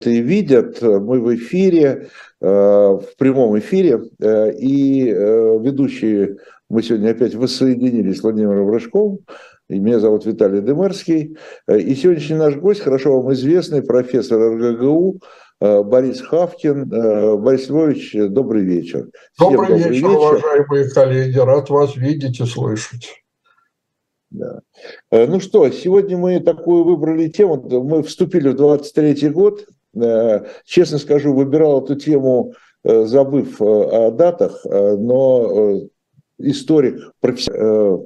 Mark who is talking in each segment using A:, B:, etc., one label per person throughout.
A: и видят. Мы в эфире, в прямом эфире, и ведущие, мы сегодня опять воссоединились с Владимиром Рыжковым, и меня зовут Виталий Дымарский, и сегодняшний наш гость, хорошо вам известный, профессор РГГУ Борис Хавкин. Борис Львович, добрый вечер.
B: Добрый вечер, уважаемые коллеги, рад вас видеть и слышать.
A: Да. Ну что, сегодня мы такую выбрали тему, мы вступили в 23-й год, честно скажу, выбирал эту тему, забыв о датах, но историк, профессионал,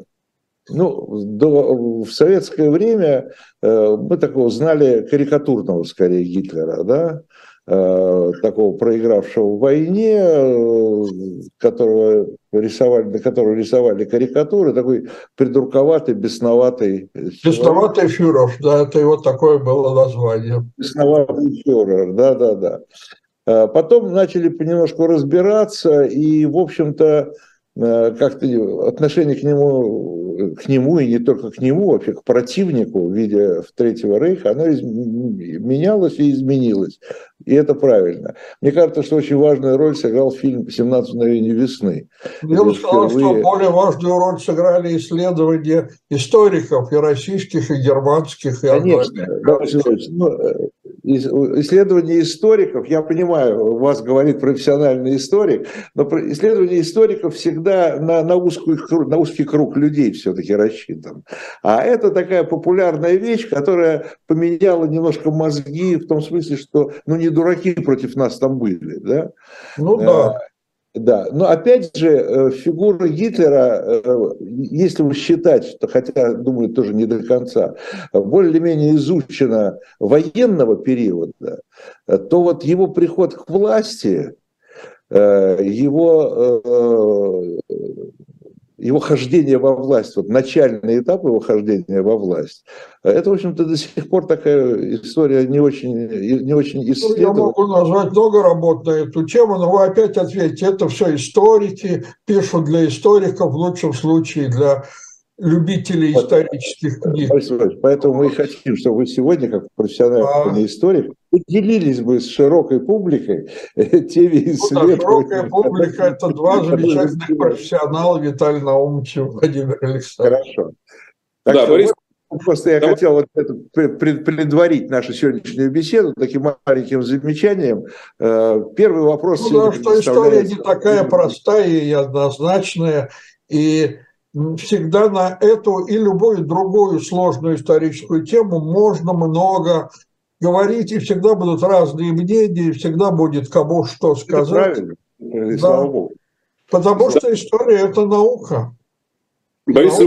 A: в советское время мы такого знали карикатурного, скорее, Гитлера, да, такого проигравшего в войне, на которого рисовали карикатуры, такой придурковатый, бесноватый.
B: Бесноватый фюрер, да, это его такое было название.
A: Бесноватый фюрер, да. Потом начали понемножку разбираться, и, в общем-то, как-то отношение к нему и не только к нему, вообще к противнику в виде Третьего Рейха, оно менялось и изменилось. И это правильно. Мне кажется, что очень важную роль сыграл фильм «17 мгновений весны».
B: Я бы сказал, что более важную роль сыграли исследования историков, и российских, и германских, и
A: английских. Исследования историков, я понимаю, вас говорит профессиональный историк, но исследование историков всегда на узкий круг людей все-таки рассчитан. А это такая популярная вещь, которая поменяла немножко мозги в том смысле, что не дураки против нас там были. Да? Да, но опять же, фигура Гитлера, если считать, хотя, думаю, тоже не до конца, более-менее изучена военного периода, то вот его приход к власти, его хождение во власть, вот начальный этап его хождения во власть, это, в общем-то, до сих пор такая история не очень исследована.
B: Я могу назвать много работ на эту тему, но вы опять ответите, это все историки, пишут для историков, в лучшем случае для любителей исторических книг.
A: Поэтому мы и хотим, чтобы вы сегодня, как профессиональный историк, поделились бы с широкой публикой теми исследованиями.
B: Широкая публика – это два замечательных профессионала, Виталий Наумович и Владимир Александрович.
A: Хорошо. Так да, Борис, просто я хотел предварить нашу сегодняшнюю беседу таким маленьким замечанием. Первый вопрос.
B: Что история не такая простая и однозначная, и всегда на эту и любую другую сложную историческую тему можно много говорить, и всегда будут разные мнения, и всегда будет кому что сказать.
A: Это правильно, слава Богу.
B: Потому что история – это наука.
C: Борис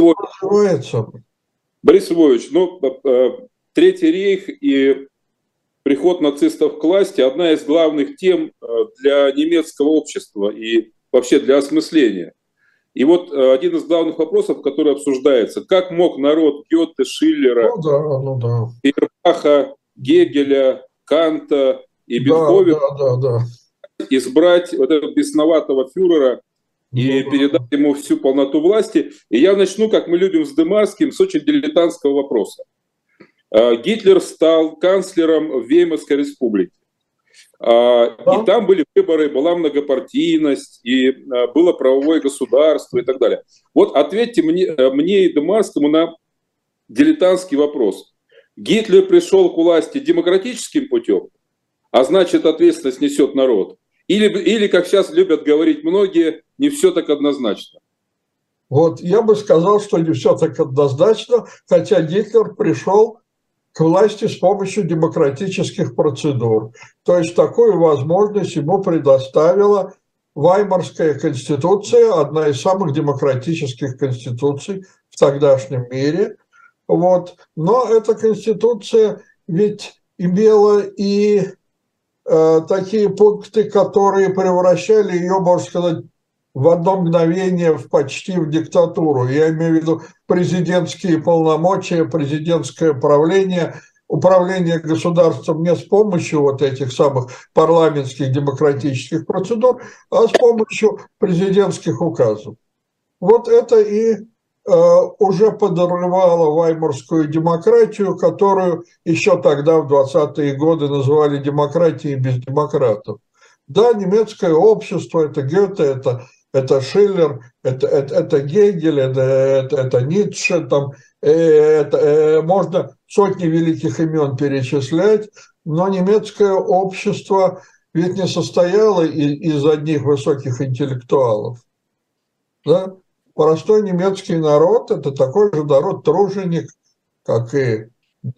C: Львович, Третий рейх и приход нацистов к власти – одна из главных тем для немецкого общества и вообще для осмысления. И вот один из главных вопросов, который обсуждается, как мог народ Гёте, Шиллера, Фейербаха, Гегеля, Канта и Бетховена избрать вот этого бесноватого фюрера и передать ему всю полноту власти. И я начну, как мы любим с Дымарским, с очень дилетантского вопроса. Гитлер стал канцлером Веймарской республики. И там были выборы, была многопартийность, и было правовое государство и так далее. Вот ответьте мне и Дымарскому на дилетантский вопрос. Гитлер пришел к власти демократическим путем, а значит, ответственность несет народ. Или, как сейчас любят говорить многие, не все так однозначно.
B: Вот я бы сказал, что не все так однозначно, хотя Гитлер пришел к власти с помощью демократических процедур. То есть такую возможность ему предоставила Веймарская конституция, одна из самых демократических конституций в тогдашнем мире. Вот. Но эта конституция ведь имела и такие пункты, которые превращали ее, можно сказать, в одно мгновение почти в диктатуру. Я имею в виду президентские полномочия, президентское правление, управление государством не с помощью вот этих самых парламентских демократических процедур, а с помощью президентских указов. Вот это и уже подрывала ваймарскую демократию, которую еще тогда, в 20-е годы, называли демократией без демократов. Да, немецкое общество, это Гёте, это Шиллер, это Гегель, это Ницше, там, можно сотни великих имен перечислять, но немецкое общество ведь не состояло из одних высоких интеллектуалов. Да? Простой немецкий народ – это такой же народ-труженик, как и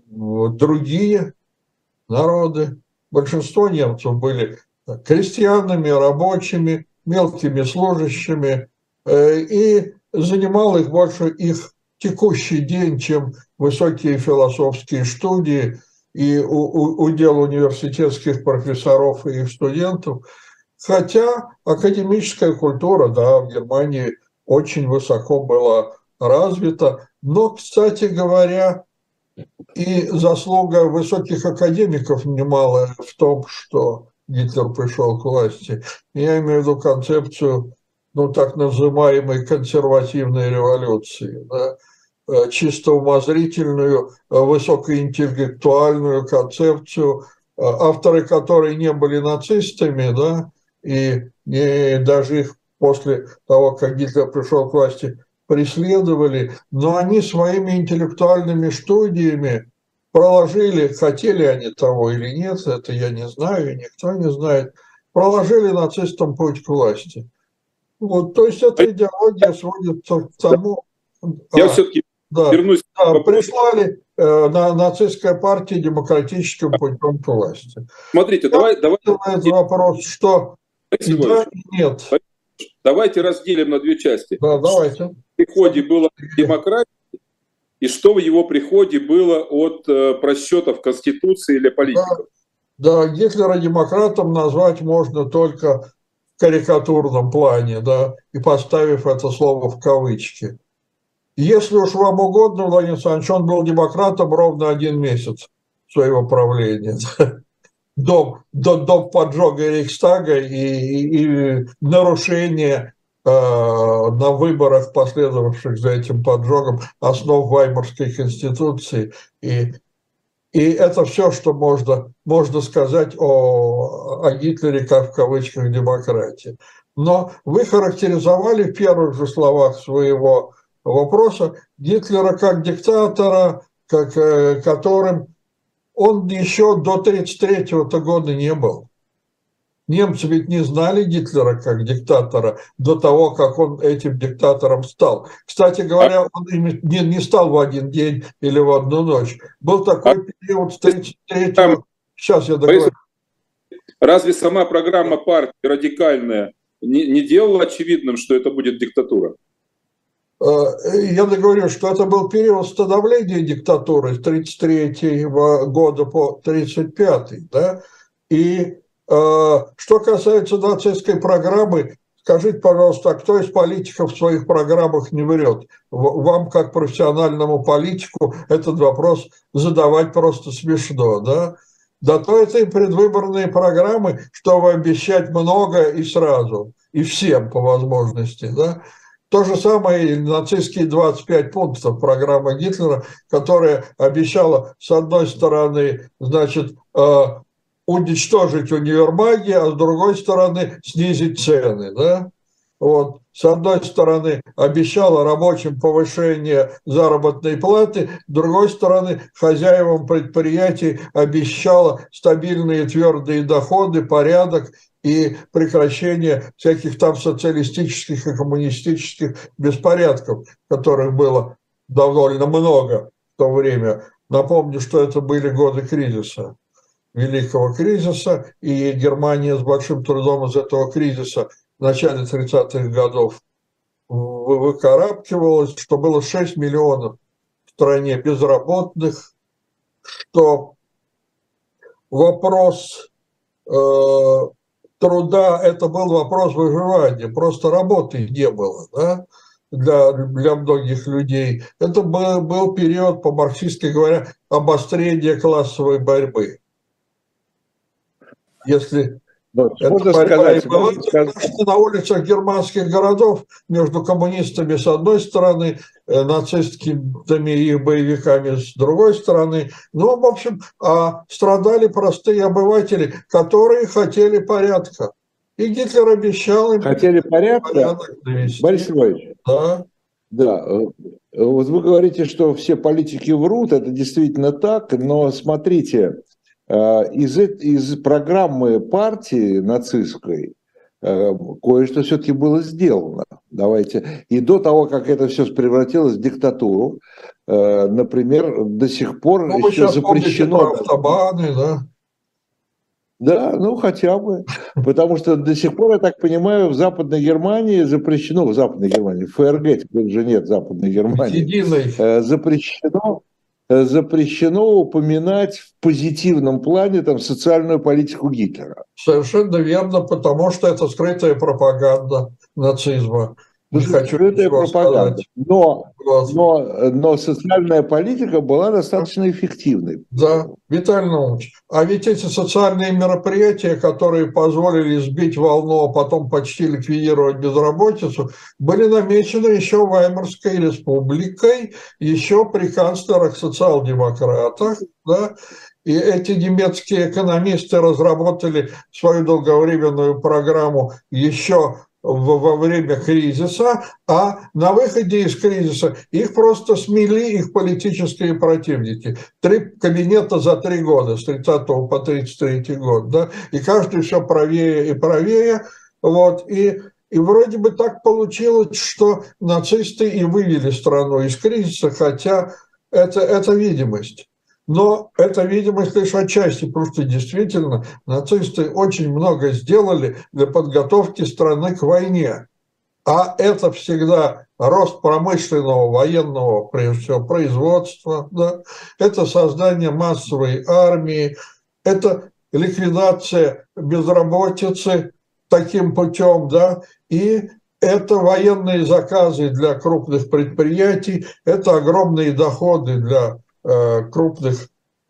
B: другие народы. Большинство немцев были крестьянами, рабочими, мелкими служащими, и занимал их больше их текущий день, чем высокие философские студии и удел университетских профессоров и их студентов. Хотя академическая культура, да, в Германии очень высоко была развита, но, кстати говоря, и заслуга высоких академиков немалая в том, что Гитлер пришел к власти. Я имею в виду концепцию, ну, так называемой консервативной революции, да, чисто умозрительную, высокоинтеллектуальную концепцию, авторы которой не были нацистами, да, и даже их после того, как Гитлер пришел к власти, преследовали, но они своими интеллектуальными студиями проложили, хотели они того или нет, это я не знаю, и никто не знает, проложили нацистам путь к власти. Вот, то есть эта идеология сводится к тому...
C: Я все-таки вернусь.
B: Да, пришла ли нацистская партия демократическим путем к власти?
C: Смотрите, давайте...
B: Вопрос, что и да, и нет.
C: Давайте разделим на две части.
B: Да, давайте.
C: В приходе было демократия, и что в его приходе было от просчетов Конституции или политиков?
B: Да, Гитлера демократом назвать можно только в карикатурном плане, да, и поставив это слово в кавычки. Если уж вам угодно, Владимир Александрович, он был демократом ровно 1 месяц своего правления. До поджога Рейхстага и нарушения на выборах, последовавших за этим поджогом, основ Ваймарской конституции. И это все, что можно сказать о Гитлере, как в кавычках, демократии. Но вы характеризовали в первых же словах своего вопроса Гитлера как диктатора, которым он еще до 1933 года не был. Немцы ведь не знали Гитлера как диктатора до того, как он этим диктатором стал. Кстати говоря, он не стал в один день или в одну ночь. Был такой период с 1933-го. Сейчас я договорю.
C: Разве сама программа партии радикальная не делала очевидным, что это будет диктатура?
B: Я договорю, что это был период становления диктатуры с 1933 года по 1935. Да? И что касается нацистской программы, скажите, пожалуйста, а кто из политиков в своих программах не врет? Вам, как профессиональному политику, этот вопрос задавать просто смешно, да? Да то это и предвыборные программы, чтобы обещать много и сразу, и всем по возможности, да? То же самое и нацистские 25 пунктов программы Гитлера, которая обещала, с одной стороны, значит, уничтожить универмаги, а с другой стороны снизить цены. Да? Вот. С одной стороны обещала рабочим повышение заработной платы, с другой стороны хозяевам предприятий обещала стабильные твердые доходы, порядок и прекращение всяких там социалистических и коммунистических беспорядков, которых было довольно много в то время. Напомню, что это были годы кризиса. Великого кризиса, и Германия с большим трудом из этого кризиса в начале 30-х годов выкарабкивалась, что было 6 миллионов в стране безработных, что вопрос труда – это был вопрос выживания, просто работы не было, да? Для многих людей. Это был период, по-марксистски говоря, обострения классовой борьбы. Если
A: можно сказать,
B: на улицах германских городов между коммунистами с одной стороны нацистскими и их боевиками с другой стороны. Ну, в общем, страдали простые обыватели, которые хотели порядка. И Гитлер обещал им
A: Хотели порядка,
B: порядок навести.
A: Борис Иванович?
B: Да.
A: Да, вот вы говорите, что все политики врут, это действительно так, но смотрите, из программы партии нацистской кое-что все-таки было сделано. Давайте. И до того, как это все превратилось в диктатуру, например, до сих пор еще запрещено...
B: Про автобаны, да?
A: Да, ну хотя бы. Потому что до сих пор, я так понимаю, в Западной Германии запрещено, в Западной Германии, в ФРГ теперь же нет Западной Германии, запрещено упоминать в позитивном плане там, социальную политику Гитлера.
B: Совершенно верно, потому что это скрытая пропаганда нацизма. Не хочу ничего сказать.
A: Но социальная политика была достаточно эффективной.
B: Да, Виталий Наумович, а ведь эти социальные мероприятия, которые позволили сбить волну, а потом почти ликвидировать безработицу, были намечены еще Веймарской республикой, еще при канцлерах социал-демократах, да, и эти немецкие экономисты разработали свою долговременную программу еще во время кризиса, а на выходе из кризиса их просто смели их политические противники. 3 кабинета за 3 года, с 30 по 33 год, да, и каждый все правее и правее, вот, и вроде бы так получилось, что нацисты и вывели страну из кризиса, хотя это видимость. Но эта видимость лишь отчасти, потому что действительно нацисты очень много сделали для подготовки страны к войне. А это всегда рост промышленного, военного, прежде всего, производства, да? Это создание массовой армии, это ликвидация безработицы таким путем, да, и это военные заказы для крупных предприятий, это огромные доходы для крупных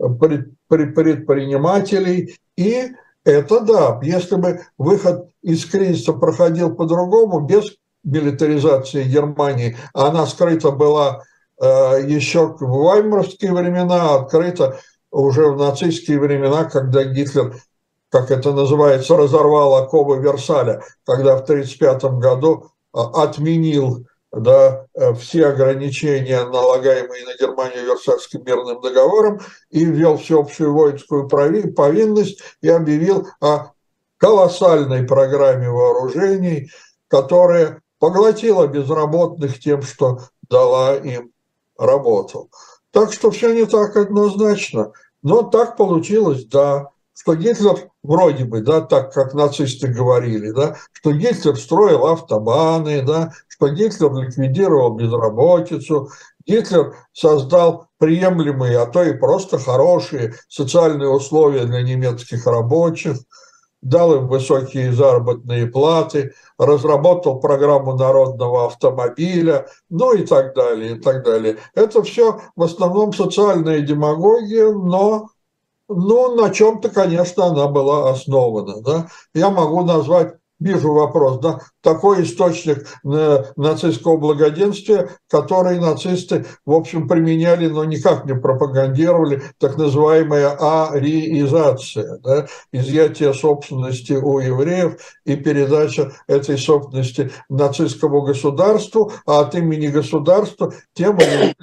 B: предпринимателей. И это да, если бы выход из кризиса проходил по-другому, без милитаризации Германии, она скрыта была еще в веймарские времена, открыта уже в нацистские времена, когда Гитлер, как это называется, разорвал оковы Версаля, когда в 1935 году отменил, да, все ограничения, налагаемые на Германию Версальским мирным договором, и ввел всеобщую воинскую повинность и объявил о колоссальной программе вооружений, которая поглотила безработных тем, что дала им работу. Так что все не так однозначно. Но так получилось, да, что Гитлер вроде бы, да, так как нацисты говорили, да, что Гитлер строил автобаны, да, что Гитлер ликвидировал безработицу, Гитлер создал приемлемые, а то и просто хорошие социальные условия для немецких рабочих, дал им высокие заработные платы, разработал программу народного автомобиля, ну и так далее, и так далее. Это все в основном социальная демагогия, но на чем-то, конечно, она была основана. Да? Я могу назвать, вижу вопрос, да, такой источник нацистского благоденствия, который нацисты, в общем, применяли, но никак не пропагандировали, так называемая ариизация, да, изъятие собственности у евреев и передача этой собственности нацистскому государству, а от имени государства тем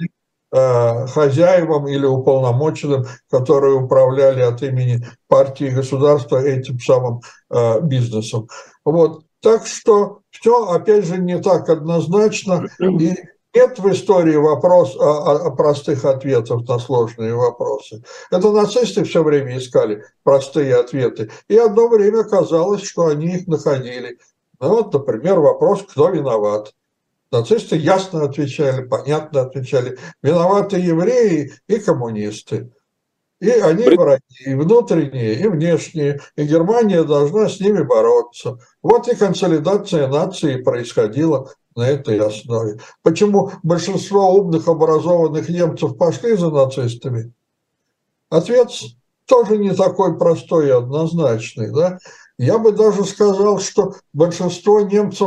B: хозяевам или уполномоченным, которые управляли от имени партии и государства этим самым бизнесом. Вот. Так что все, опять же, не так однозначно, и нет в истории простых ответов на сложные вопросы. Это нацисты все время искали простые ответы, и одно время казалось, что они их находили. Ну, вот, например, вопрос, кто виноват. Нацисты ясно отвечали, понятно отвечали. Виноваты евреи и коммунисты. И они враги, и внутренние, и внешние. И Германия должна с ними бороться. Вот и консолидация нации происходила на этой основе. Почему большинство умных, образованных немцев пошли за нацистами? Ответ тоже не такой простой и однозначный. Да? Я бы даже сказал, что большинство немцев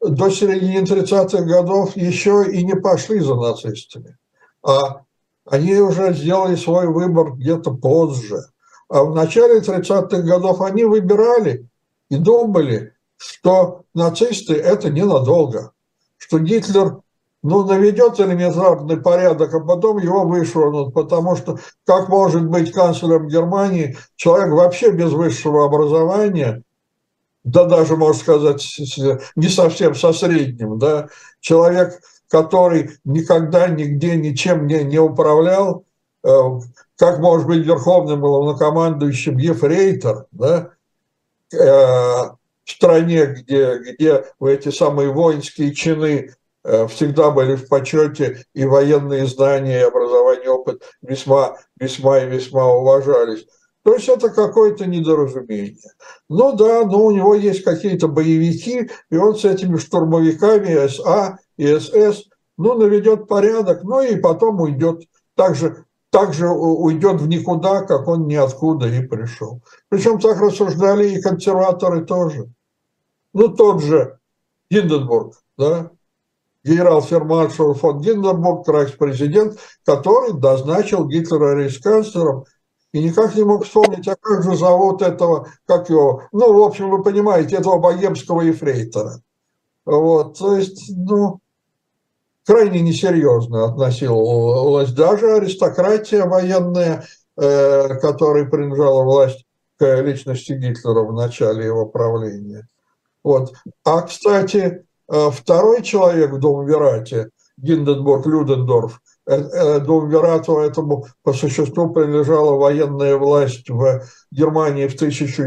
B: до середины 30-х годов еще и не пошли за нацистами, а они уже сделали свой выбор где-то позже. А в начале 30-х годов они выбирали и думали, что нацисты – это ненадолго, что Гитлер наведет элементарный порядок, а потом его вышвырнут, потому что как может быть канцлером Германии человек вообще без высшего образования, да даже, можно сказать, не совсем со средним, да, человек, который никогда нигде ничем не управлял, как может быть верховным главнокомандующим ефрейтор, да, в стране, где эти самые воинские чины всегда были в почете, и военные знания, и образование, и опыт весьма и весьма уважались. То есть это какое-то недоразумение. Ну да, но у него есть какие-то боевики, и он с этими штурмовиками СА и СС, наведет порядок, и потом уйдет. Также уйдет в никуда, как он ниоткуда и пришел. Причем так рассуждали и консерваторы тоже. Тот же Гинденбург, да, генерал-фельдмаршал фон Гинденбург, рейхспрезидент, который назначил Гитлера рейхсканцлером, и никак не мог вспомнить, а как же зовут этого, как его, в общем, вы понимаете, этого богемского ефрейтора. Вот, то есть, крайне несерьезно относилась даже аристократия военная, которой принадлежала власть к личности Гитлера в начале его правления. Вот. А, кстати, второй человек в Думвирате, Гинденбург Людендорф, Думвирату этому по существу принадлежала военная власть в Германии в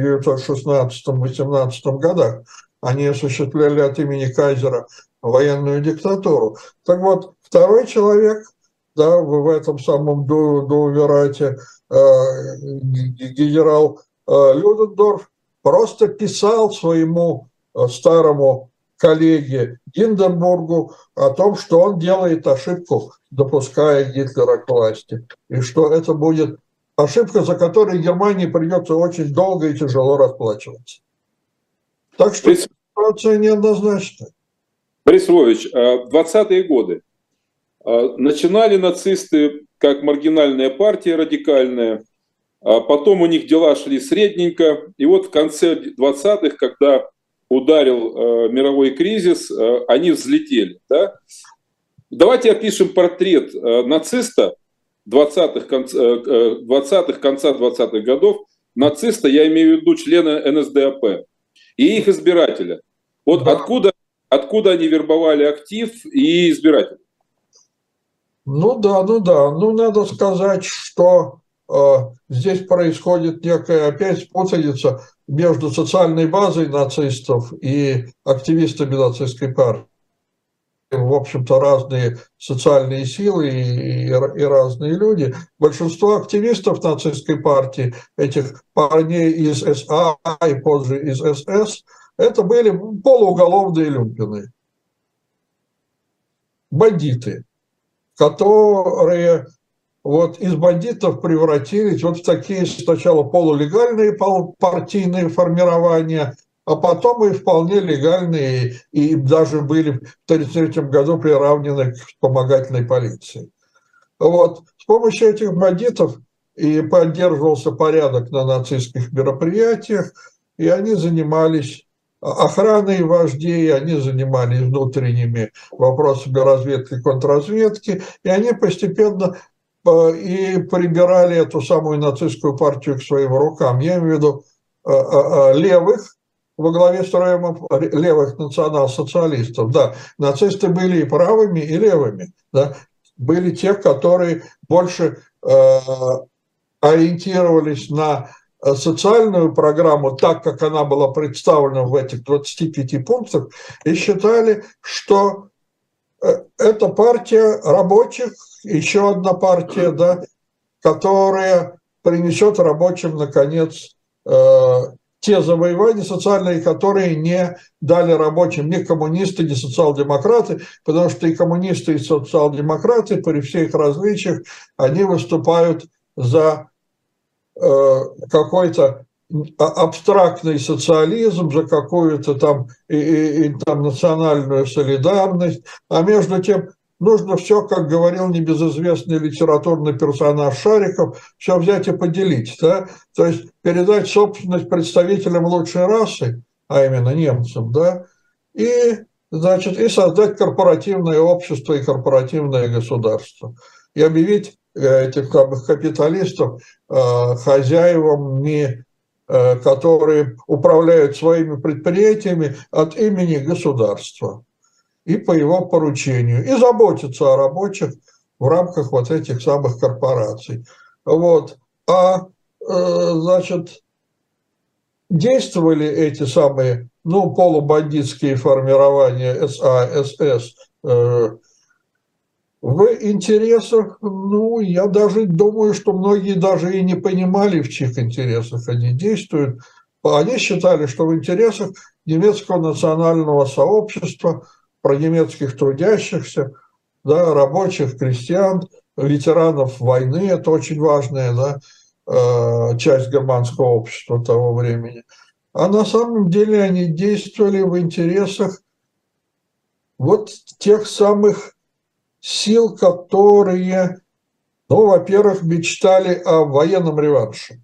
B: 1916-18 годах. Они осуществляли от имени кайзера военную диктатуру. Так вот, второй человек, да, в этом самом Думвирате, генерал Людендорф, просто писал своему старому коллеге Гинденбургу о том, что он делает ошибку, допуская Гитлера к власти, и что это будет ошибка, за которой Германии придется очень долго и тяжело расплачиваться. Так что ситуация неоднозначная.
C: Борис Львович, 20-е годы начинали нацисты как маргинальная партия радикальная, а потом у них дела шли средненько, и вот в конце 20-х, когда ударил мировой кризис, они взлетели. Да? Давайте опишем портрет нациста 20-х, конца 20-х годов, нациста, я имею в виду члена НСДАП, и их избирателя. Вот да. Откуда они вербовали актив и избирателей?
B: Надо сказать, что здесь происходит некая опять путаница между социальной базой нацистов и активистами нацистской партии. В общем-то, разные социальные силы и разные люди. Большинство активистов нацистской партии, этих парней из СА и позже из СС, это были полууголовные люмпины, бандиты, которые из бандитов превратились в такие сначала полулегальные партийные формирования, а потом и вполне легальные, и даже были в 1933 году приравнены к вспомогательной полиции. Вот. С помощью этих бандитов и поддерживался порядок на нацистских мероприятиях, и они занимались охраной вождей, они занимались внутренними вопросами разведки и контрразведки, и они постепенно и прибирали эту самую нацистскую партию к своим рукам. Я имею в виду левых, во главе строя левых национал-социалистов. Да, нацисты были и правыми, и левыми. Да. Были те, которые больше ориентировались на социальную программу, так как она была представлена в этих 25 пунктах, и считали, что это партия рабочих, еще одна партия, да, которая принесет рабочим, наконец, те завоевания социальные, которые не дали рабочим ни коммунисты, ни социал-демократы, потому что и коммунисты, и социал-демократы, при всех различиях, они выступают за какой-то абстрактный социализм, за какую-то там, там национальную солидарность, а между тем нужно все, как говорил небезызвестный литературный персонаж Шариков, все взять и поделить. Да? То есть передать собственность представителям лучшей расы, а именно немцам, да, и, значит, и создать корпоративное общество и корпоративное государство. И объявить этих капиталистов хозяевами, которые управляют своими предприятиями от имени государства и по его поручению, и заботиться о рабочих в рамках вот этих самых корпораций. Вот. Значит, действовали эти самые, полубандитские формирования СА, СС в интересах, я даже думаю, что многие даже и не понимали, в чьих интересах они действуют. Они считали, что в интересах немецкого национального сообщества, пронемецких трудящихся, да, рабочих, крестьян, ветеранов войны, это очень важная, да, часть германского общества того времени. А на самом деле они действовали в интересах вот тех самых сил, которые, во-первых, мечтали о военном реванше.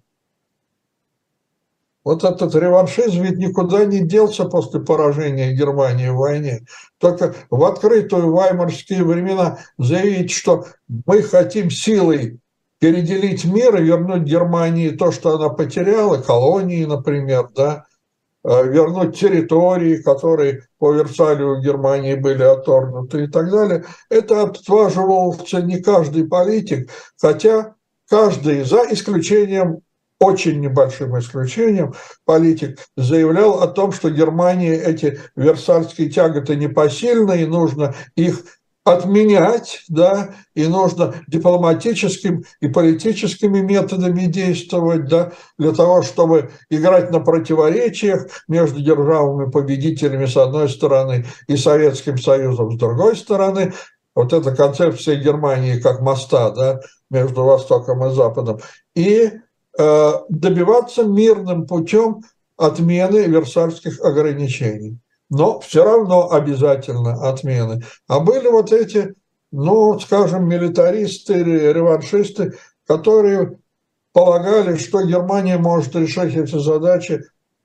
B: Вот этот реваншизм ведь никуда не делся после поражения Германии в войне. Только в открытую ваймарские времена заявить, что мы хотим силой переделить мир и вернуть Германии то, что она потеряла, колонии, например, да, вернуть территории, которые по Версалю Германии были отторгнуты и так далее. Это отваживался не каждый политик, хотя каждый, за исключением, очень небольшим исключением, политик заявлял о том, что Германии эти версальские тяготы непосильны, и нужно их отменять, да, и нужно дипломатическим и политическими методами действовать, да, для того, чтобы играть на противоречиях между державами-победителями с одной стороны и Советским Союзом с другой стороны. Вот эта концепция Германии как моста, да, между Востоком и Западом. И добиваться мирным путем отмены версальских ограничений. Но все равно обязательно отмены. А были вот эти, скажем, милитаристы, реваншисты, которые полагали, что Германия может решить эти задачи,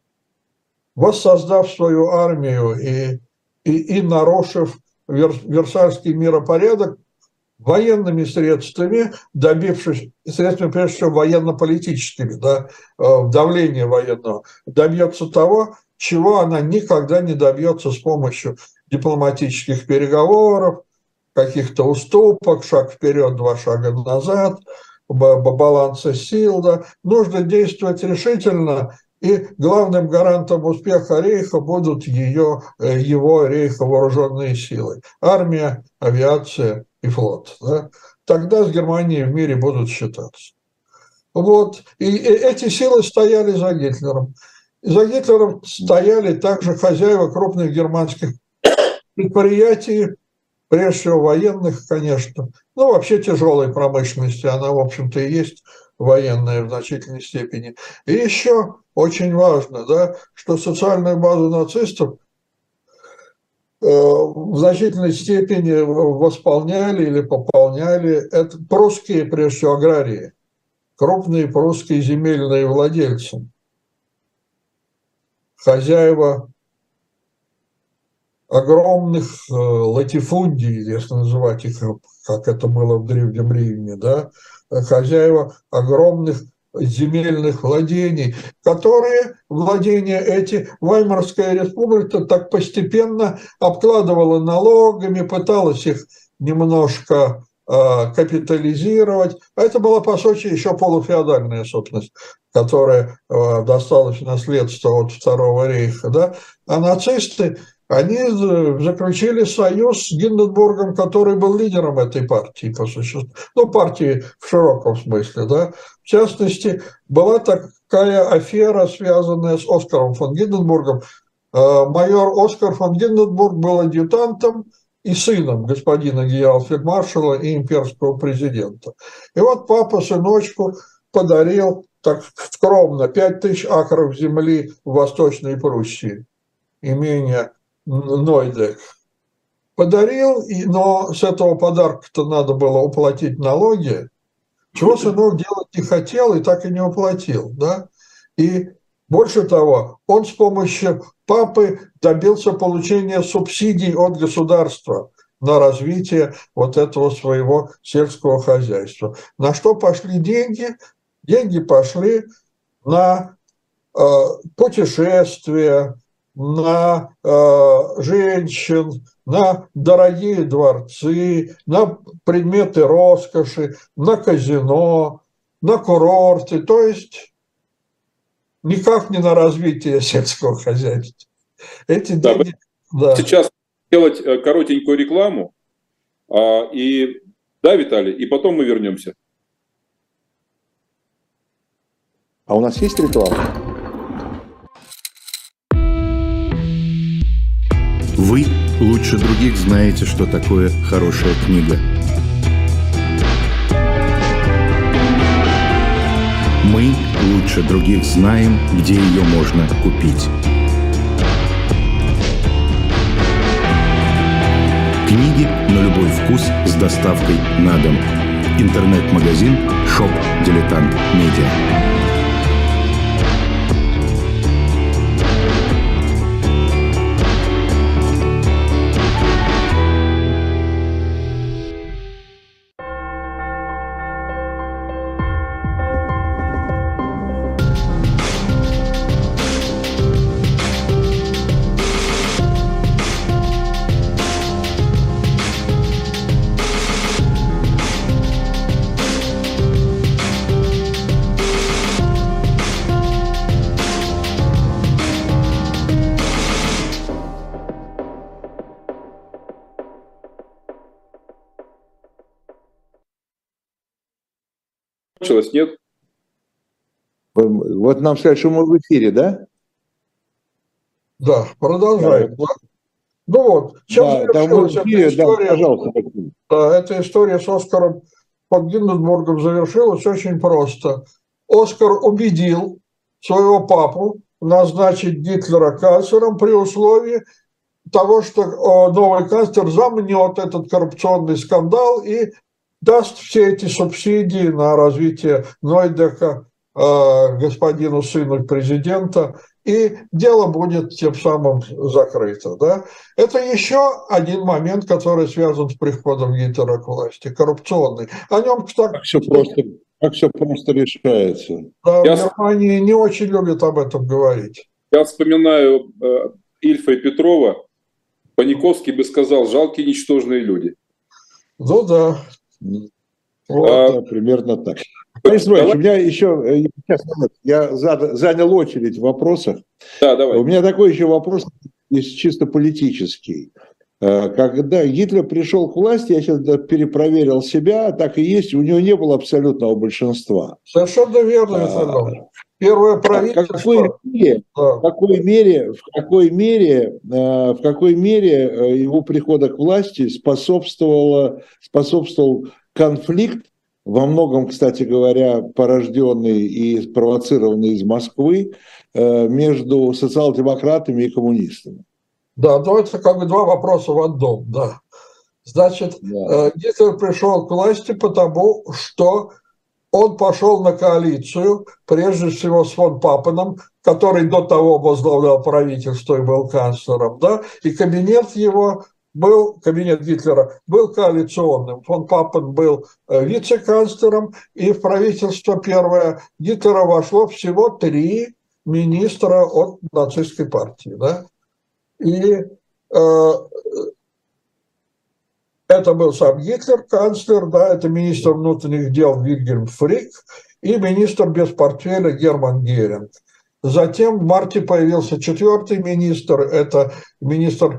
B: воссоздав свою армию и нарушив Версальский миропорядок военными средствами, добившись, средствами, прежде всего, военно-политическими, да, давления военного, добьется того, чего она никогда не добьется с помощью дипломатических переговоров, каких-то уступок, шаг вперед, 2 шага назад, баланса сил. Да. Нужно действовать решительно, и главным гарантом успеха Рейха будут его Рейха вооруженные силы. Армия, авиация и флот. Да. Тогда с Германией в мире будут считаться. Вот. И эти силы стояли за Гитлером. За Гитлером стояли также хозяева крупных германских предприятий, прежде всего военных, конечно, вообще тяжелой промышленности, она, в общем-то, и есть военная в значительной степени. И еще очень важно, да, что социальную базу нацистов в значительной степени восполняли или пополняли это прусские, прежде всего, аграрии, крупные прусские земельные владельцы, хозяева огромных латифундий, если называть их, как это было в Древнем Риме, да, хозяева огромных земельных владений, которые владения эти Ваймарская республика так постепенно обкладывала налогами, пыталась их немножко капитализировать. А это была, по сути, еще полуфеодальная собственность, которая досталась в наследство от Второго рейха. Да? А нацисты, они заключили союз с Гинденбургом, который был лидером этой партии, по существу. Партии в широком смысле. Да? В частности, была такая афера, связанная с Оскаром фон Гинденбургом. Майор Оскар фон Гинденбург был адъютантом и сыном господина генерал-фельдмаршала и имперского президента. И вот папа сыночку подарил так скромно, 5000 акров земли в Восточной Пруссии, имение Нойдек. Подарил, но с этого подарка-то надо было уплатить налоги, чего сынок делать не хотел и так и не уплатил. Да? И больше того, он с помощью папы добился получения субсидий от государства на развитие вот этого своего сельского хозяйства. На что пошли деньги? Деньги пошли на путешествия, на женщин, на дорогие дворцы, на предметы роскоши, на казино, на курорты, то есть никак не на развитие сельского хозяйства. Эти деньги...
C: Да. Сейчас сделать коротенькую рекламу, да, Виталий, и потом мы вернемся.
A: А у нас есть реклама?
D: Вы лучше других знаете, что такое хорошая книга. Мы лучше других знаем, где ее можно купить. Книги на любой вкус с доставкой на дом. Интернет-магазин «Шоп Дилетант Медиа».
C: Нет?
A: Вот нам сказали, что мы в эфире, да?
B: Да, продолжаем. Да. Ну вот, чем завершилась эта история? Да, эта история с Оскаром под Гинденбургом завершилась очень просто. Оскар убедил своего папу назначить Гитлера канцлером при условии того, что новый канцлер замнет этот коррупционный скандал и даст все эти субсидии на развитие Нойдека господину сыну президента, и дело будет тем самым закрыто. Да? Это еще один момент, который связан с приходом Гитлера к власти, коррупционный. О нем, кстати,
A: как все просто решается.
B: Да, в Германии не очень любят об этом говорить.
C: Я вспоминаю Ильфа и Петрова. Паниковский бы сказал: жалкие ничтожные люди.
B: Ну да.
A: Вот, примерно так. Борис Иванович, у меня еще, я занял очередь в вопросах.
C: Да, давай.
A: У меня такой еще вопрос, чисто политический. Когда Гитлер пришел к власти, я сейчас перепроверил себя, так и есть, у него не было абсолютного большинства.
B: Совершенно верно. Первое правительство.
A: В какой мере его прихода к власти способствовал конфликт, во многом, кстати говоря, порожденный и спровоцированный из Москвы, между социал-демократами и коммунистами?
B: Да, но это как бы два вопроса в одном, да. Значит, Гитлер пришел к власти потому, что он пошел на коалицию, прежде всего с фон Папеном, который до того возглавлял правительство и был канцлером, да, и кабинет Гитлера был коалиционным. Фон Папен был вице-канцлером, и в правительство первое Гитлера вошло всего 3 министра от нацистской партии, да. И это был сам Гитлер, канцлер, да, это министр внутренних дел Вильгельм Фрик и министр без портфеля Герман Геринг. Затем в марте появился 4-й министр, это министр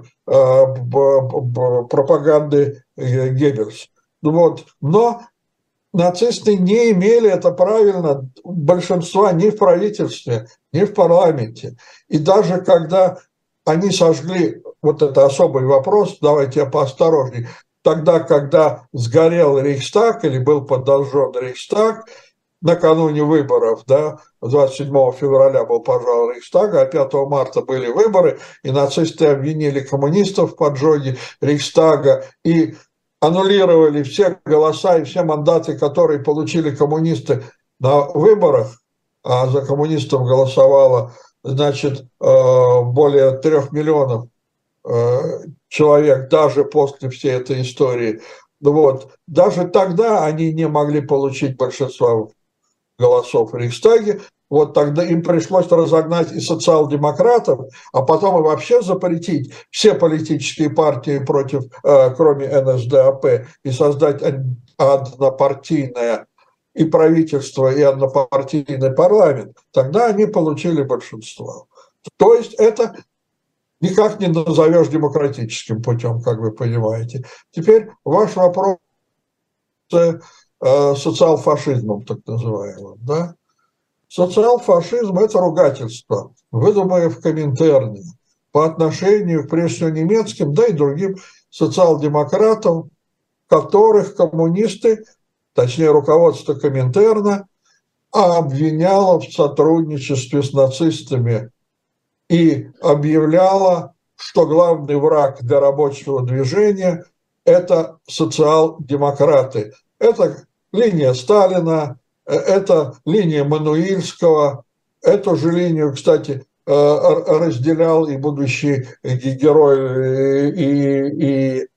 B: пропаганды Геббельс. Вот. Но нацисты не имели, это правильно, большинства ни в правительстве, ни в парламенте. И даже когда они сожгли, вот это особый вопрос, давайте я поосторожней, тогда, когда сгорел Рейхстаг или был подожжен Рейхстаг, накануне выборов, да, 27 февраля был пожар Рейхстага, а 5 марта были выборы, и нацисты обвинили коммунистов в поджоге Рейхстага и аннулировали все голоса и все мандаты, которые получили коммунисты на выборах, а за коммунистов голосовало, значит, более 3 миллионов человек, даже после всей этой истории. Вот. Даже тогда они не могли получить большинство голосов в Рейхстаге. Вот тогда им пришлось разогнать и социал-демократов, а потом и вообще запретить все политические партии против, кроме НСДАП, и создать однопартийное и правительство, и однопартийный парламент. Тогда они получили большинство. То есть это никак не назовешь демократическим путем, как вы понимаете. Теперь ваш вопрос с социал-фашизмом, так называемым. Да? Социал-фашизм – это ругательство, выдуманное в Коминтерне по отношению, прежде всего, немецким, да и другим социал-демократам, которых коммунисты, точнее руководство Коминтерна, обвиняло в сотрудничестве с нацистами и объявляло, что главный враг для рабочего движения – это социал-демократы. Это линия Сталина, это линия Мануильского, эту же линию, кстати, разделял и будущий герой, и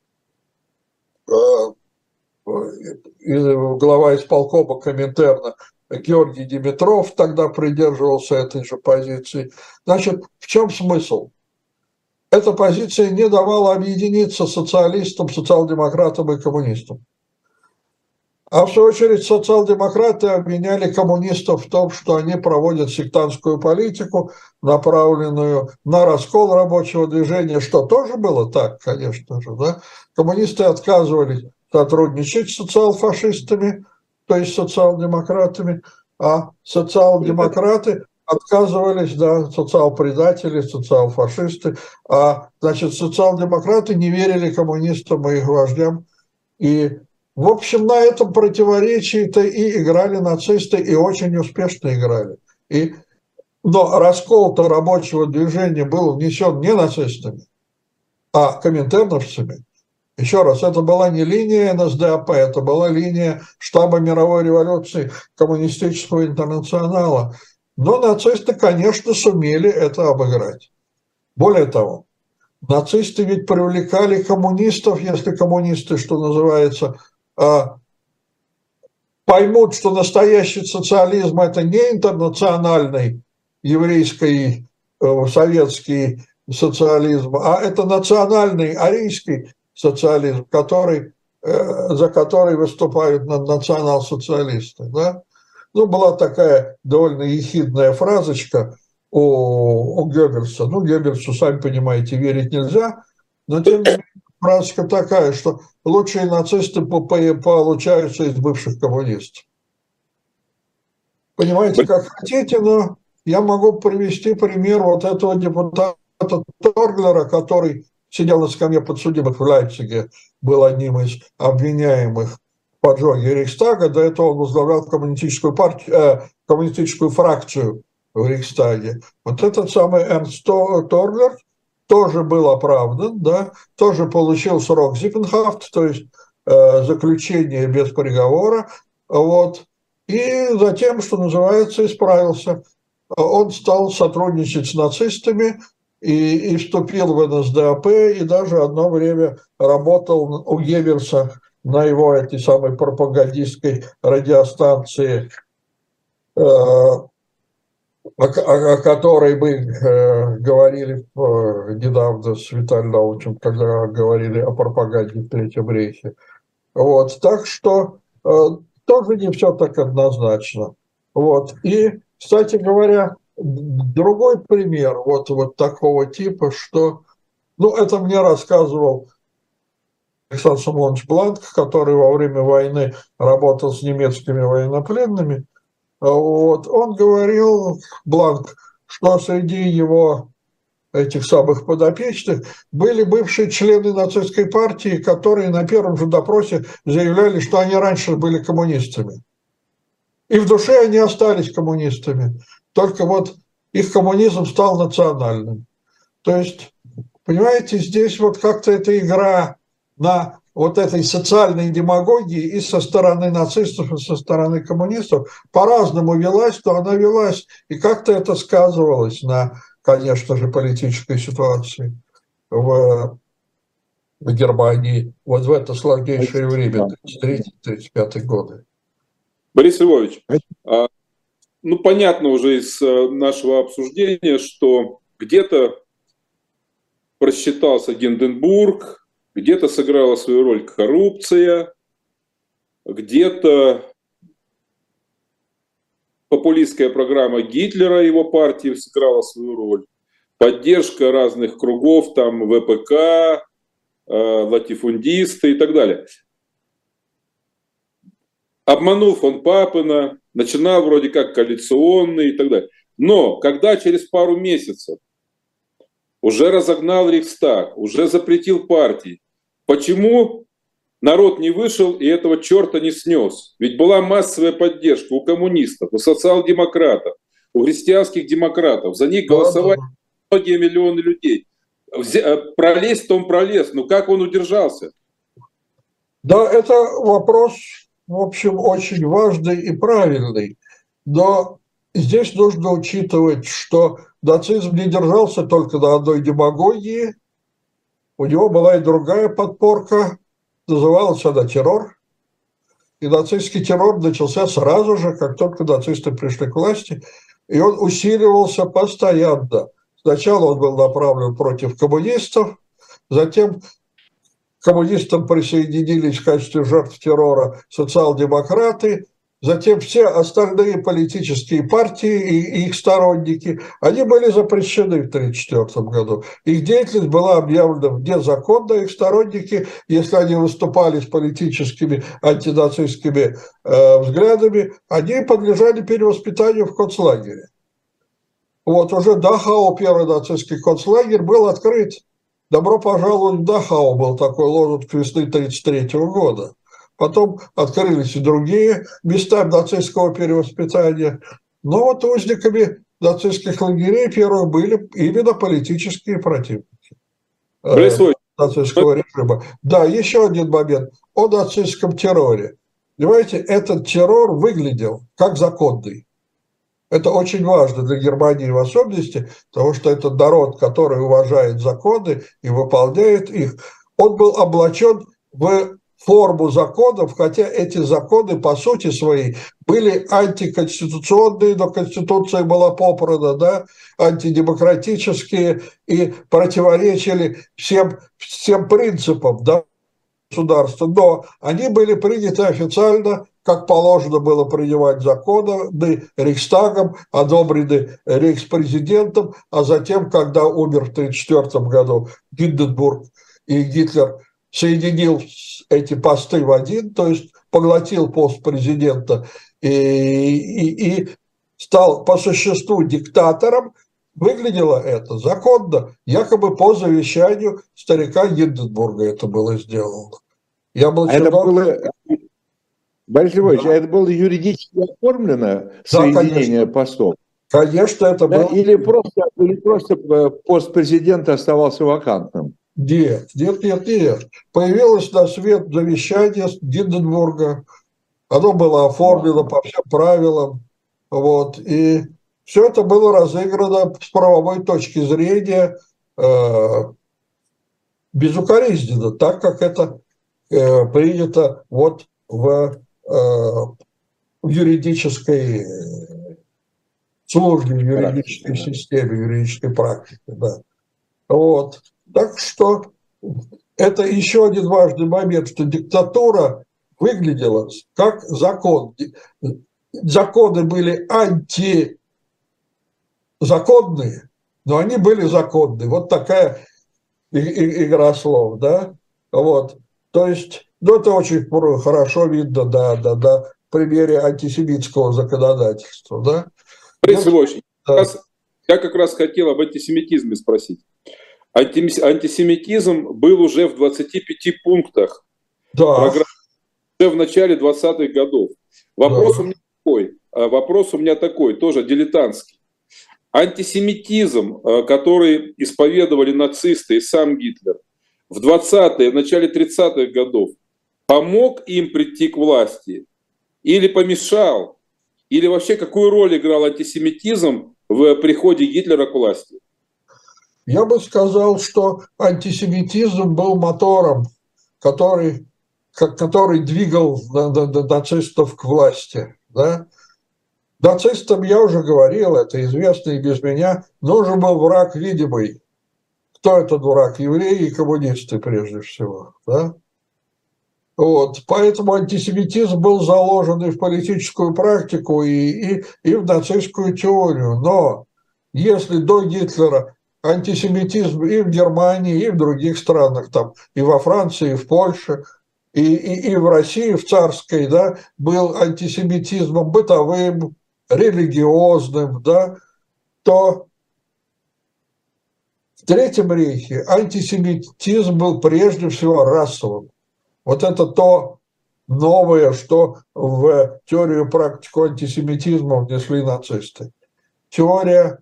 B: глава исполкома Коминтерна Георгий Димитров тогда придерживался этой же позиции. Значит, в чем смысл? Эта позиция не давала объединиться социалистам, социал-демократам и коммунистам. А в свою очередь социал-демократы обвиняли коммунистов в том, что они проводят сектантскую политику, направленную на раскол рабочего движения, что тоже было так, конечно же. Да? Коммунисты отказывались сотрудничать с социал-фашистами, то есть социал-демократами, а социал-демократы отказывались, да, социал-предатели, социал-фашисты, а, значит, социал-демократы не верили коммунистам и их вождям, и в общем, на этом противоречии-то и играли нацисты, и очень успешно играли. Но раскол-то рабочего движения был внесен не нацистами, а коминтерновцами. Еще раз, это была не линия НСДАП, это была линия штаба мировой революции коммунистического интернационала. Но нацисты, конечно, сумели это обыграть. Более того, нацисты ведь привлекали коммунистов, если коммунисты, что называется, поймут, что настоящий социализм – это не интернациональный еврейский, советский социализм, а это национальный арийский социализм, за который выступают национал-социалисты. Да? Ну, была такая довольно ехидная фразочка у Геббельса. Ну, Геббельсу, сами понимаете, верить нельзя, но тем не менее фразочка такая, что лучшие нацисты получаются из бывших коммунистов. Понимаете, как хотите, но я могу привести пример вот этого депутата Торглера, который сидел на скамье подсудимых в Лейпциге, был одним из обвиняемых в поджоге Рейхстага. До этого он возглавлял коммунистическую фракцию в Рейхстаге. Вот этот самый Эрнст Торглер тоже был оправдан, да, тоже получил срок зиппенхафт, то есть заключение без приговора, вот, и затем, что называется, исправился. Он стал сотрудничать с нацистами и вступил в НСДАП, и даже одно время работал у Геббельса на его этой самой пропагандистской радиостанции, о которой мы говорили недавно с Виталием Наумовичем, когда говорили о пропаганде в Третьем рейхе. Вот, так что тоже не все так однозначно. Вот. И, кстати говоря, другой пример вот такого типа, что, ну, это мне рассказывал Александр Самойлович Бланк, который во время войны работал с немецкими военнопленными. Вот, он говорил, Бланк, что среди его этих самых подопечных были бывшие члены нацистской партии, которые на первом же допросе заявляли, что они раньше были коммунистами. И в душе они остались коммунистами. Только вот их коммунизм стал национальным. То есть, понимаете, здесь вот как-то эта игра на вот этой социальной демагогии и со стороны нацистов, и со стороны коммунистов по-разному велась, но она велась. И как-то это сказывалось на, конечно же, политической ситуации в Германии вот в это сложнейшее время, 33-35 годы.
C: Борис Львович, ну, понятно уже из нашего обсуждения, что где-то просчитался Гинденбург, где-то сыграла свою роль коррупция, где-то популистская программа Гитлера, его партии, сыграла свою роль, поддержка разных кругов, там ВПК, латифундисты и так далее. Обманул фон Папена, начинал вроде как коалиционный и так далее. Но когда через пару месяцев уже разогнал Рейхстаг, уже запретил партии, почему народ не вышел и этого черта не снес? Ведь была массовая поддержка у коммунистов, у социал-демократов, у христианских демократов. За них голосовали многие миллионы людей. Пролезть-то он пролез, но как он удержался?
B: Да, это вопрос, в общем, очень важный и правильный. Но здесь нужно учитывать, что нацизм не держался только на одной демагогии. У него была и другая подпорка, называлась она террор. И нацистский террор начался сразу же, как только нацисты пришли к власти, и он усиливался постоянно. Сначала он был направлен против коммунистов, затем к коммунистам присоединились в качестве жертв террора социал-демократы, затем все остальные политические партии и их сторонники, они были запрещены в 1934 году. Их деятельность была объявлена вне закона, их сторонники, если они выступали с политическими антинацистскими взглядами, они подлежали перевоспитанию в концлагере. Вот уже Дахау, первый нацистский концлагерь, был открыт. Добро пожаловать в Дахау был такой лозунг весны 1933 года. Потом открылись и другие места нацистского перевоспитания. Но вот узниками нацистских лагерей первых были именно политические противники нацистского режима. Да, еще один момент о нацистском терроре. Понимаете, этот террор выглядел как законный. Это очень важно для Германии в особенности, потому что это народ, который уважает законы и выполняет их. Он был облачен в форму законов, хотя эти законы по сути своей были антиконституционные, но Конституция была попрана, да, антидемократические и противоречили всем принципам, да, государства. Но они были приняты официально, как положено было принимать законы, Рейхстагом, одобрены рейхспрезидентом, а затем, когда умер в 1934 году Гинденбург и Гитлер соединил эти посты в один, то есть поглотил пост президента и стал по существу диктатором, выглядело это законно, якобы по завещанию старика Гинденбурга это было сделано.
A: Борис Львович, да. Это было юридически оформлено, соединение постов?
B: Конечно, это было.
A: Или просто пост президента оставался вакантным?
B: Нет. Появилось на свет завещание Гинденбурга. Оно было оформлено по всем правилам. Вот, и все это было разыграно с правовой точки зрения безукоризненно, так как это принято вот в юридической службе, юридической системе, юридической практике. Да. Вот. Так что это еще один важный момент, что диктатура выглядела как закон. Законы были антизаконные, но они были законные. Вот такая игра слов, да? Вот. То есть, ну, это очень хорошо видно, да, в примере антисемитского законодательства, да?
C: Борис Львович, я как раз хотел об антисемитизме спросить. Антисемитизм был уже в 25 пунктах.
B: Да.
C: Уже в начале 20-х годов. Вопрос у меня такой. вопрос у меня такой, тоже дилетантский. Антисемитизм, который исповедовали нацисты и сам Гитлер в 20-е, в начале 30-х годов, помог им прийти к власти или помешал? Или вообще какую роль играл антисемитизм в приходе Гитлера к власти?
B: Я бы сказал, что антисемитизм был мотором, который двигал нацистов к власти. Да? Нацистам, я уже говорил, это известно и без меня, нужен был враг видимый. Кто этот враг? Евреи и коммунисты прежде всего. Да? Вот. Поэтому антисемитизм был заложен и в политическую практику, и в нацистскую теорию. Но если до Гитлера антисемитизм и в Германии, и в других странах, там, и во Франции, и в Польше, и в России, в царской, да, был антисемитизмом бытовым, религиозным, да, то в Третьем рейхе антисемитизм был прежде всего расовым. Вот это то новое, что в теорию и практику антисемитизма внесли нацисты. Теория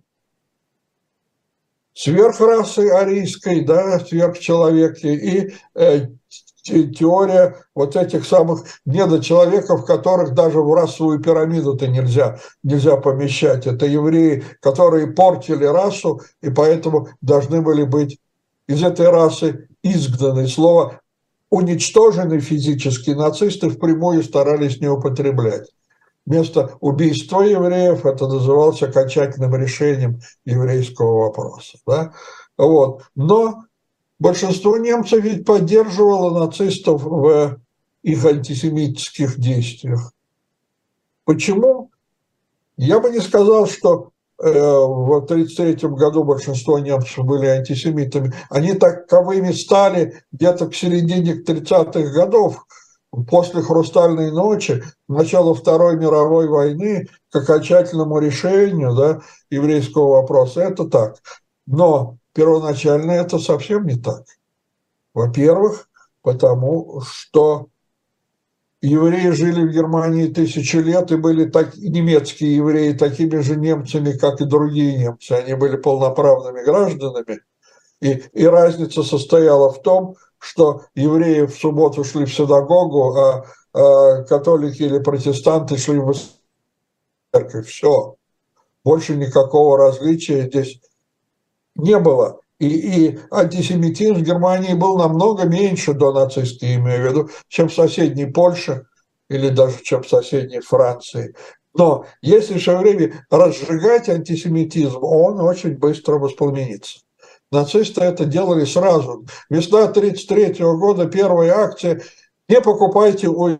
B: сверхрасы арийской, да, сверхчеловеки, и теория вот этих самых недочеловеков, которых даже в расовую пирамиду-то нельзя помещать. Это евреи, которые портили расу, и поэтому должны были быть из этой расы изгнаны. Слово «уничтожены» физически нацисты впрямую старались не употреблять. Вместо убийства евреев это называлось окончательным решением еврейского вопроса. Да? Вот. Но большинство немцев ведь поддерживало нацистов в их антисемитских действиях. Почему? Я бы не сказал, что в 1933 году большинство немцев были антисемитами. Они таковыми стали где-то к середине 30-х годов, после «Хрустальной ночи», начала Второй мировой войны, к окончательному решению, да, еврейского вопроса. Это так. Но первоначально это совсем не так. Во-первых, потому что евреи жили в Германии 1000 лет и были немецкие евреи такими же немцами, как и другие немцы. Они были полноправными гражданами. И разница состояла в том, что евреи в субботу шли в синагогу, а католики или протестанты шли в церковь. Все. Больше никакого различия здесь не было. И антисемитизм в Германии был намного меньше до нацистской, имею в виду, чем в соседней Польше или даже чем в соседней Франции. Но если все время разжигать антисемитизм, он очень быстро воспламенится. Нацисты это делали сразу. Весна 1933 года, первая акция. Не покупайте у...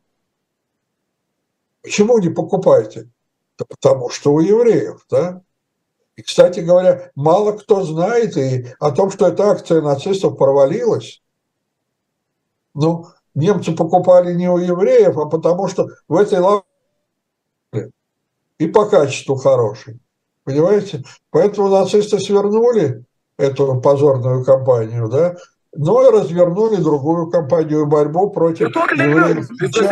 B: Почему не покупайте? Да потому что у евреев, да? И, кстати говоря, мало кто знает и о том, что эта акция нацистов провалилась. Ну, немцы покупали не у евреев, а потому что в этой лавке и по качеству хороший. Понимаете? Поэтому нацисты свернули эту позорную кампанию, да, но и развернули другую кампанию, борьбу против евреев.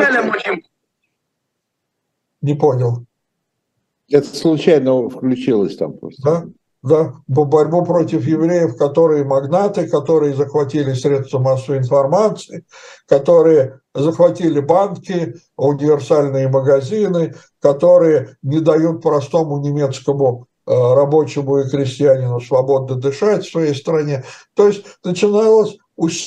B: Не понял.
A: Это случайно включилось там просто.
B: Да, борьбу против евреев, которые магнаты, которые захватили средства массовой информации, которые захватили банки, универсальные магазины, которые не дают простому немецкому рабочему и крестьянину свободно дышать в своей стране. То есть начиналось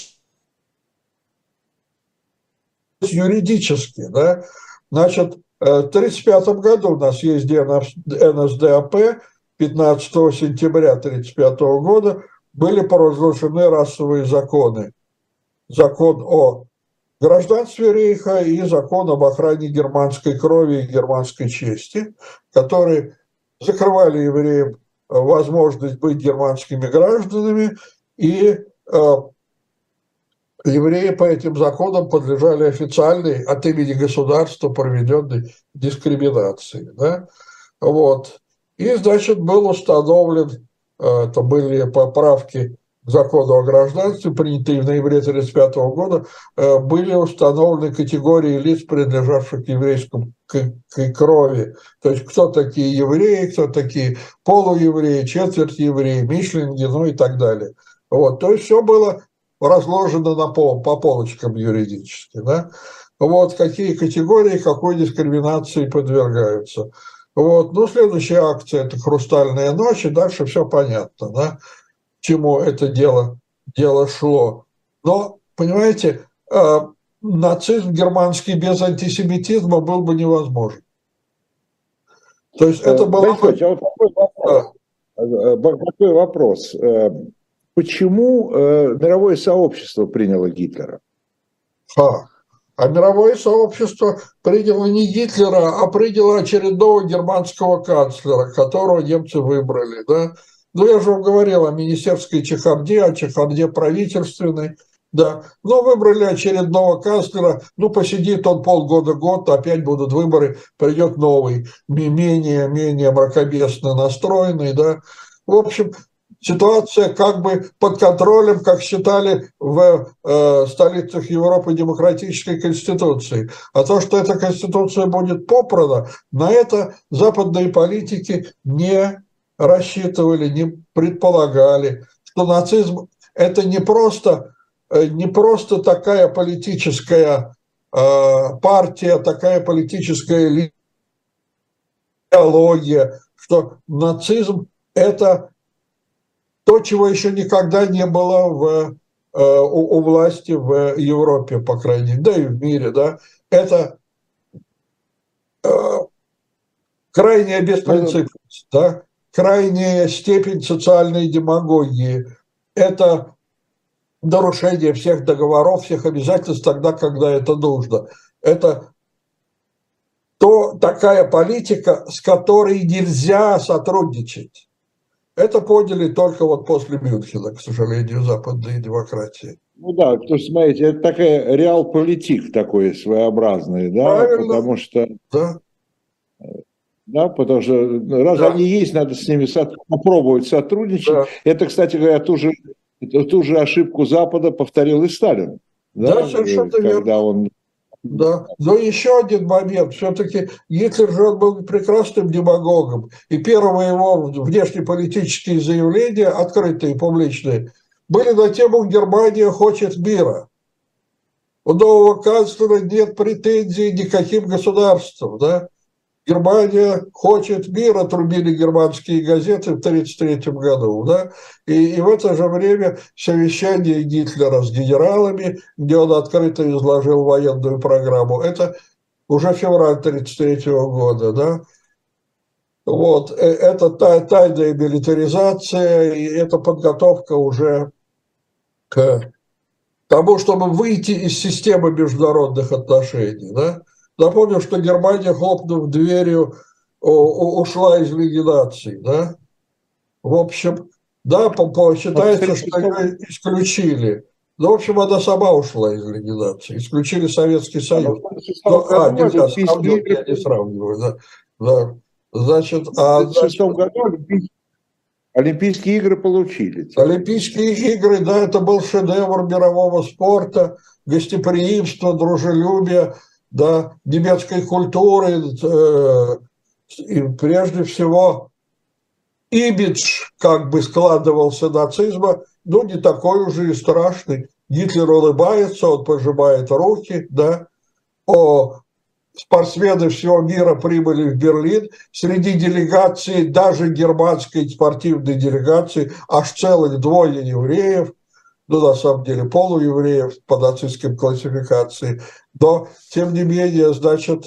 B: юридически. Да? Значит, в 1935 году у нас есть НСДАП, 15 сентября 1935 года были провозглашены расовые законы. Закон о гражданстве Рейха и закон об охране германской крови и германской чести, которые закрывали евреям возможность быть германскими гражданами, и евреи по этим законам подлежали официальной от имени государства проведенной дискриминации. Да? Вот. И, значит, был установлен, это были поправки к закону о гражданстве, принятые в ноябре 1935 года, были установлены категории лиц, принадлежавших к еврейскому к крови. То есть кто такие евреи, кто такие полуевреи, четверть евреи, мишлинги, ну и так далее. Вот. То есть все было разложено по полочкам юридически. Да? Вот какие категории, какой дискриминации подвергаются. Вот. Ну, следующая акция – это «Хрустальная ночь», и дальше все понятно, да, к чему это дело шло. Но, понимаете, нацизм германский без антисемитизма был бы невозможен. То есть это было бы...
A: Такой вопрос. Почему мировое сообщество приняло Гитлера?
B: А мировое сообщество приняло не Гитлера, а приняло очередного германского канцлера, которого немцы выбрали. Да? Ну, я же вам говорил о министерской чехарде, о чехарде правительственной. Да. Но выбрали очередного канцлера, ну, посидит он полгода-год, опять будут выборы, придет новый, менее мракобесно настроенный. Да. В общем, ситуация как бы под контролем, как считали в столицах Европы демократической конституции. А то, что эта конституция будет попрана, на это западные политики не рассчитывали, не предполагали, что нацизм – это не просто такая политическая партия, такая политическая идеология, что нацизм – это то, чего еще никогда не было у власти в Европе, по крайней мере, да и в мире, да, это крайняя беспринципность, да, крайняя степень социальной демагогии, это нарушение всех договоров, всех обязательств тогда, когда это нужно. Это такая политика, с которой нельзя сотрудничать. Это поняли только вот после Мюнхена, к сожалению, западные демократии.
A: Ну да, то есть, смотрите, это такая реал-политик такой своеобразный, да,
B: правильно.
A: Потому что... Да, потому что раз они есть, надо с ними попробовать сотрудничать. Да. Это, кстати говоря, ту же ошибку Запада повторил и Сталин.
B: Да, совершенно верно. Да, но еще один момент. Все-таки Гитлер же он был прекрасным демагогом. И первые его внешнеполитические заявления, открытые, публичные, были на тему «Германия хочет мира». У нового канцлера нет претензий никаким государствам. Да? Германия хочет мира, трубили германские газеты в 1933 году. Да? И в это же время совещание Гитлера с генералами, где он открыто изложил военную программу, это уже февраль 1933 года. Да? Вот. Это тайная милитаризация, и это подготовка уже к тому, чтобы выйти из системы международных отношений. Да? Напомню, что Германия, хлопнув дверью, ушла из ликвидации, да? В общем, да, считается, что ее исключили. Но, в общем, она сама ушла из ликвидации. Исключили Советский Союз. Я не сравниваю, да. Значит,
A: в 1906 году Олимпийские игры получили.
B: Олимпийские игры, да, это был шедевр мирового спорта, гостеприимства, дружелюбия, да, немецкой культуры, и прежде всего имидж как бы складывался нацизма, ну, не такой уже и страшный. Гитлер улыбается, он пожимает руки, да. Спортсмены всего мира прибыли в Берлин. Среди делегаций, даже германской спортивной делегации, аж целых 2 евреев, ну, на самом деле, полуевреев по нацистским классификации. Но, тем не менее, значит,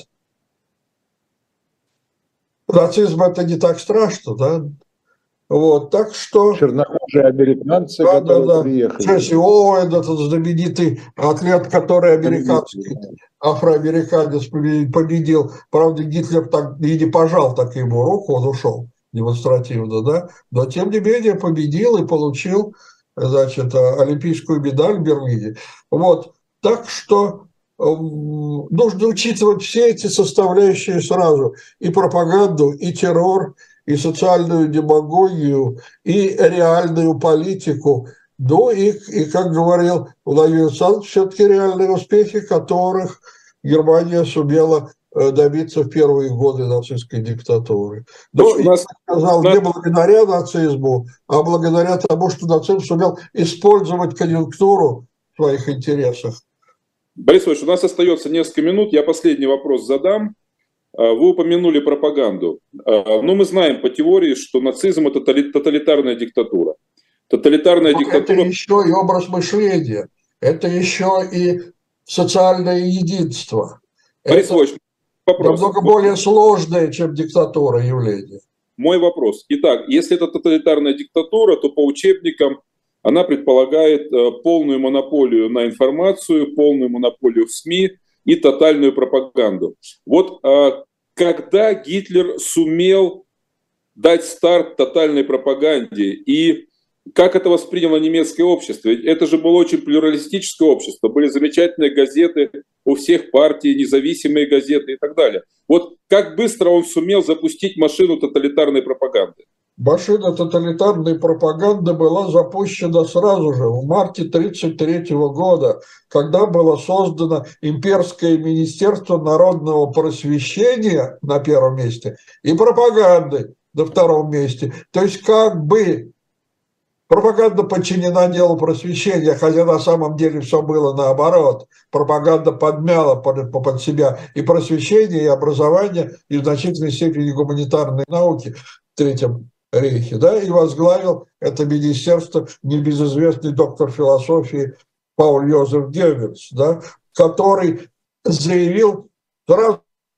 B: нацизм – это не так страшно, да? Вот, так что...
A: Чернокожие американцы, которые приехали.
B: Джесси Оуэн, этот знаменитый атлет, который американский, афроамериканец победил. Правда, Гитлер так и не пожал так ему руку, он ушел демонстративно, да? Но, тем не менее, победил и получил, значит, олимпийскую медаль в Берлине. Вот, так что нужно учитывать все эти составляющие сразу. И пропаганду, и террор, и социальную демагогию, и реальную политику. Ну и как говорил Владимир Александрович, все-таки реальные успехи, которых Германия сумела добиться в первые годы нацистской диктатуры. Но,
C: у нас,
B: я сказал, не благодаря нацизму, а благодаря тому, что нацизм сумел использовать конъюнктуру в своих интересах.
C: Борис Ильич, у нас остается несколько минут, я последний вопрос задам. Вы упомянули пропаганду. Но мы знаем по теории, что нацизм – это тоталитарная диктатура. Тоталитарная диктатура...
B: Это еще и образ мышления, это еще и социальное единство.
C: Борис Ильич, вопрос.
B: Намного более сложное, чем диктатура явление.
C: Мой вопрос. Итак, если это тоталитарная диктатура, то по учебникам она предполагает полную монополию на информацию, полную монополию в СМИ и тотальную пропаганду. Вот когда Гитлер сумел дать старт тотальной пропаганде и как это восприняло немецкое общество? Ведь это же было очень плюралистическое общество, были замечательные газеты у всех партий, независимые газеты и так далее. Вот как быстро он сумел запустить машину тоталитарной пропаганды?
B: Машина тоталитарной пропаганды была запущена сразу же, в марте 1933 года, когда было создано Имперское министерство народного просвещения на первом месте и пропаганды на втором месте. То есть как бы пропаганда подчинена делу просвещения, хотя на самом деле все было наоборот. Пропаганда подмяла под себя и просвещение, и образование, и в значительной степени гуманитарные науки в Третьем Рейхе, да, и возглавил это министерство небезызвестный доктор философии Пауль Йозеф Геббельс, да, который заявил сразу: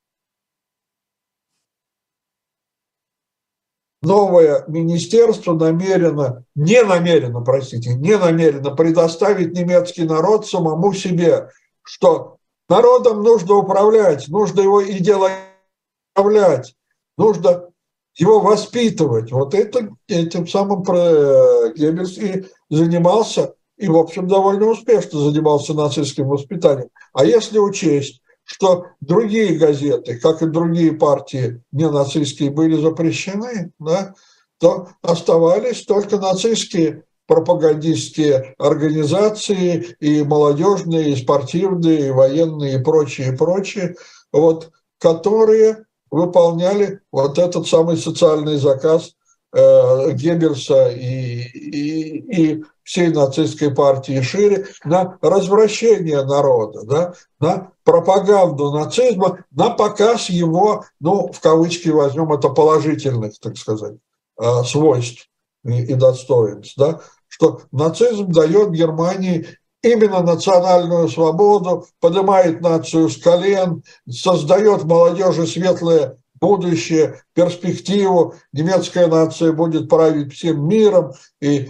B: новое министерство не намерено предоставить немецкий народ самому себе, что народом нужно управлять, нужно его идеологизировать, нужно его воспитывать. Вот этим самым Геббельс и занимался, и, в общем, довольно успешно занимался нацистским воспитанием. А если учесть, что другие газеты, как и другие партии ненацистские, были запрещены, да, то оставались только нацистские пропагандистские организации, и молодежные, и спортивные, и военные, и прочие, вот, которые выполняли вот этот самый социальный заказ Геббельса и всей нацистской партии шире на развращение народа, да, на пропаганду нацизма, на показ его, ну, в кавычки возьмем это, положительных, так сказать, свойств и достоинств, да, что нацизм дает Германии именно национальную свободу, поднимает нацию с колен, создает молодежи светлое будущее, перспективу, немецкая нация будет править всем миром, и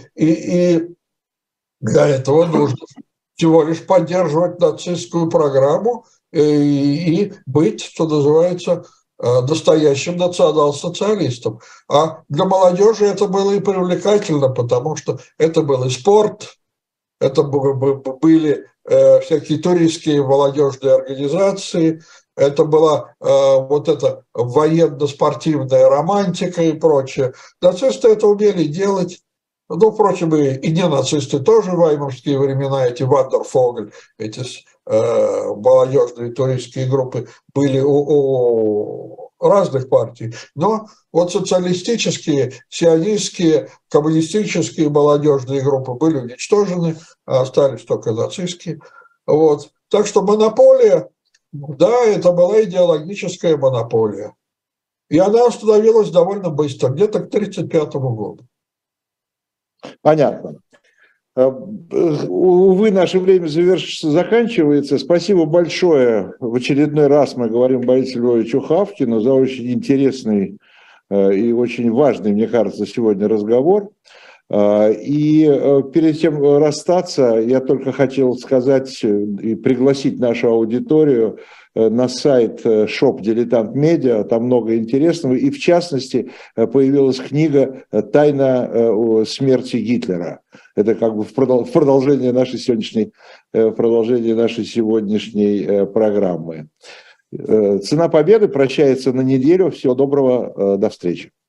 B: для этого нужно всего лишь поддерживать нацистскую программу и быть, что называется, настоящим национал-социалистом. А для молодежи это было и привлекательно, потому что это был и спорт, это были всякие туристские молодежные организации, это была вот эта военно-спортивная романтика и прочее. Нацисты это умели делать. Ну, впрочем, и не нацисты тоже в ваймарские времена, эти Вандерфогель, эти молодежные туристские группы были у разных партий. Но вот социалистические, сионистские, коммунистические молодежные группы были уничтожены, а остались только нацистские. Вот. Так что монополия, да, это была идеологическая монополия. И она остановилась довольно быстро, где-то к 1935 году.
A: Понятно. Увы, наше время заканчивается. Спасибо большое. В очередной раз мы говорим Борису Львовичу Хавкину за очень интересный и очень важный, мне кажется, сегодня разговор. И перед тем расстаться, я только хотел сказать и пригласить нашу аудиторию на сайт Shop Dilettant Media, там много интересного, и в частности появилась книга «Тайна смерти Гитлера». Это как бы в продолжение нашей сегодняшней программы. «Цена победы» прощается на неделю. Всего доброго, до встречи.